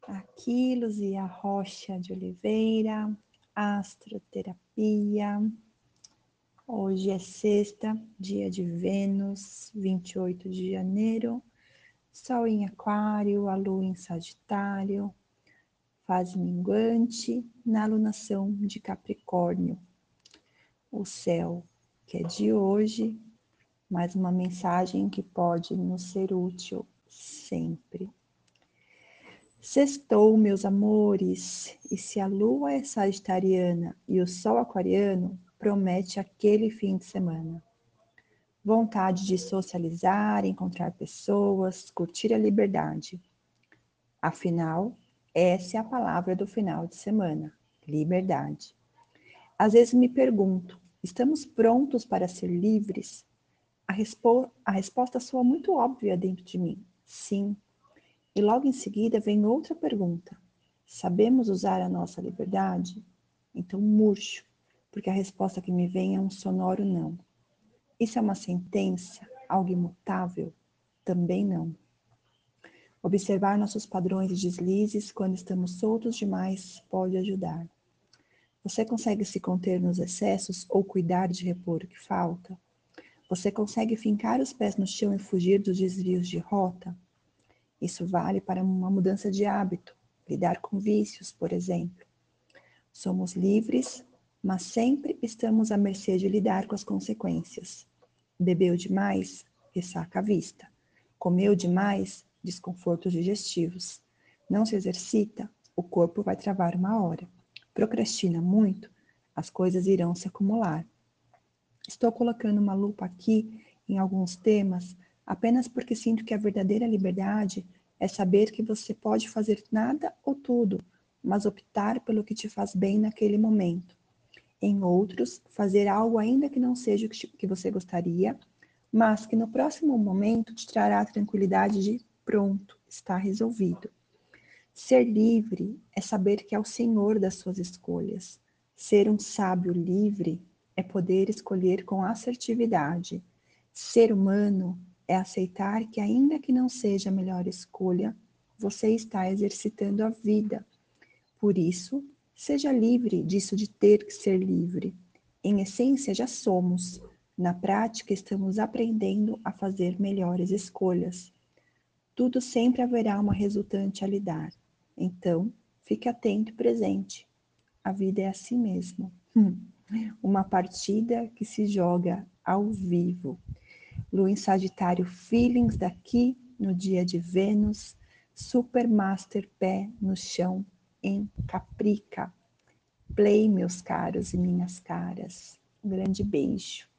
Aqui, Luzia Rocha de Oliveira, Astroterapia. Hoje é sexta, dia de Vênus, 28 de janeiro. Sol em Aquário, a Lua em Sagitário, fase minguante, na alunação de Capricórnio. O céu, que é de hoje, mais uma mensagem que pode nos ser útil sempre. Sextou, meus amores, e se a lua é sagitariana e o sol aquariano, promete aquele fim de semana. Vontade de socializar, encontrar pessoas, curtir a liberdade. Afinal, essa é a palavra do final de semana: liberdade. Às vezes me pergunto, estamos prontos para ser livres? A resposta soa muito óbvia dentro de mim. Sim. E logo em seguida vem outra pergunta. Sabemos usar a nossa liberdade? Então murcho, porque a resposta que me vem é um sonoro não. Isso é uma sentença? Algo imutável? Também não. Observar nossos padrões e deslizes quando estamos soltos demais pode ajudar. Você consegue se conter nos excessos ou cuidar de repor o que falta? Você consegue fincar os pés no chão e fugir dos desvios de rota? Isso vale para uma mudança de hábito, lidar com vícios, por exemplo. Somos livres, mas sempre estamos à mercê de lidar com as consequências. Bebeu demais? Ressaca à vista. Comeu demais? Desconfortos digestivos. Não se exercita? O corpo vai travar uma hora. Procrastina muito? As coisas irão se acumular. Estou colocando uma lupa aqui em alguns temas apenas porque sinto que a verdadeira liberdade é saber que você pode fazer nada ou tudo, mas optar pelo que te faz bem naquele momento. Em outros, fazer algo ainda que não seja o que você gostaria, mas que no próximo momento te trará a tranquilidade de pronto, está resolvido. Ser livre é saber que é o senhor das suas escolhas. Ser um sábio livre é poder escolher com assertividade. Ser humano é aceitar que, ainda que não seja a melhor escolha, você está exercitando a vida. Por isso, seja livre disso de ter que ser livre. Em essência, já somos. Na prática, estamos aprendendo a fazer melhores escolhas. Tudo sempre haverá uma resultante a lidar. Então, fique atento e presente. A vida é assim mesmo. Uma partida que se joga ao vivo. Lua em Sagitário, feelings daqui no dia de Vênus. Super Master pé no chão em Caprica. Play, meus caros e minhas caras. Um grande beijo.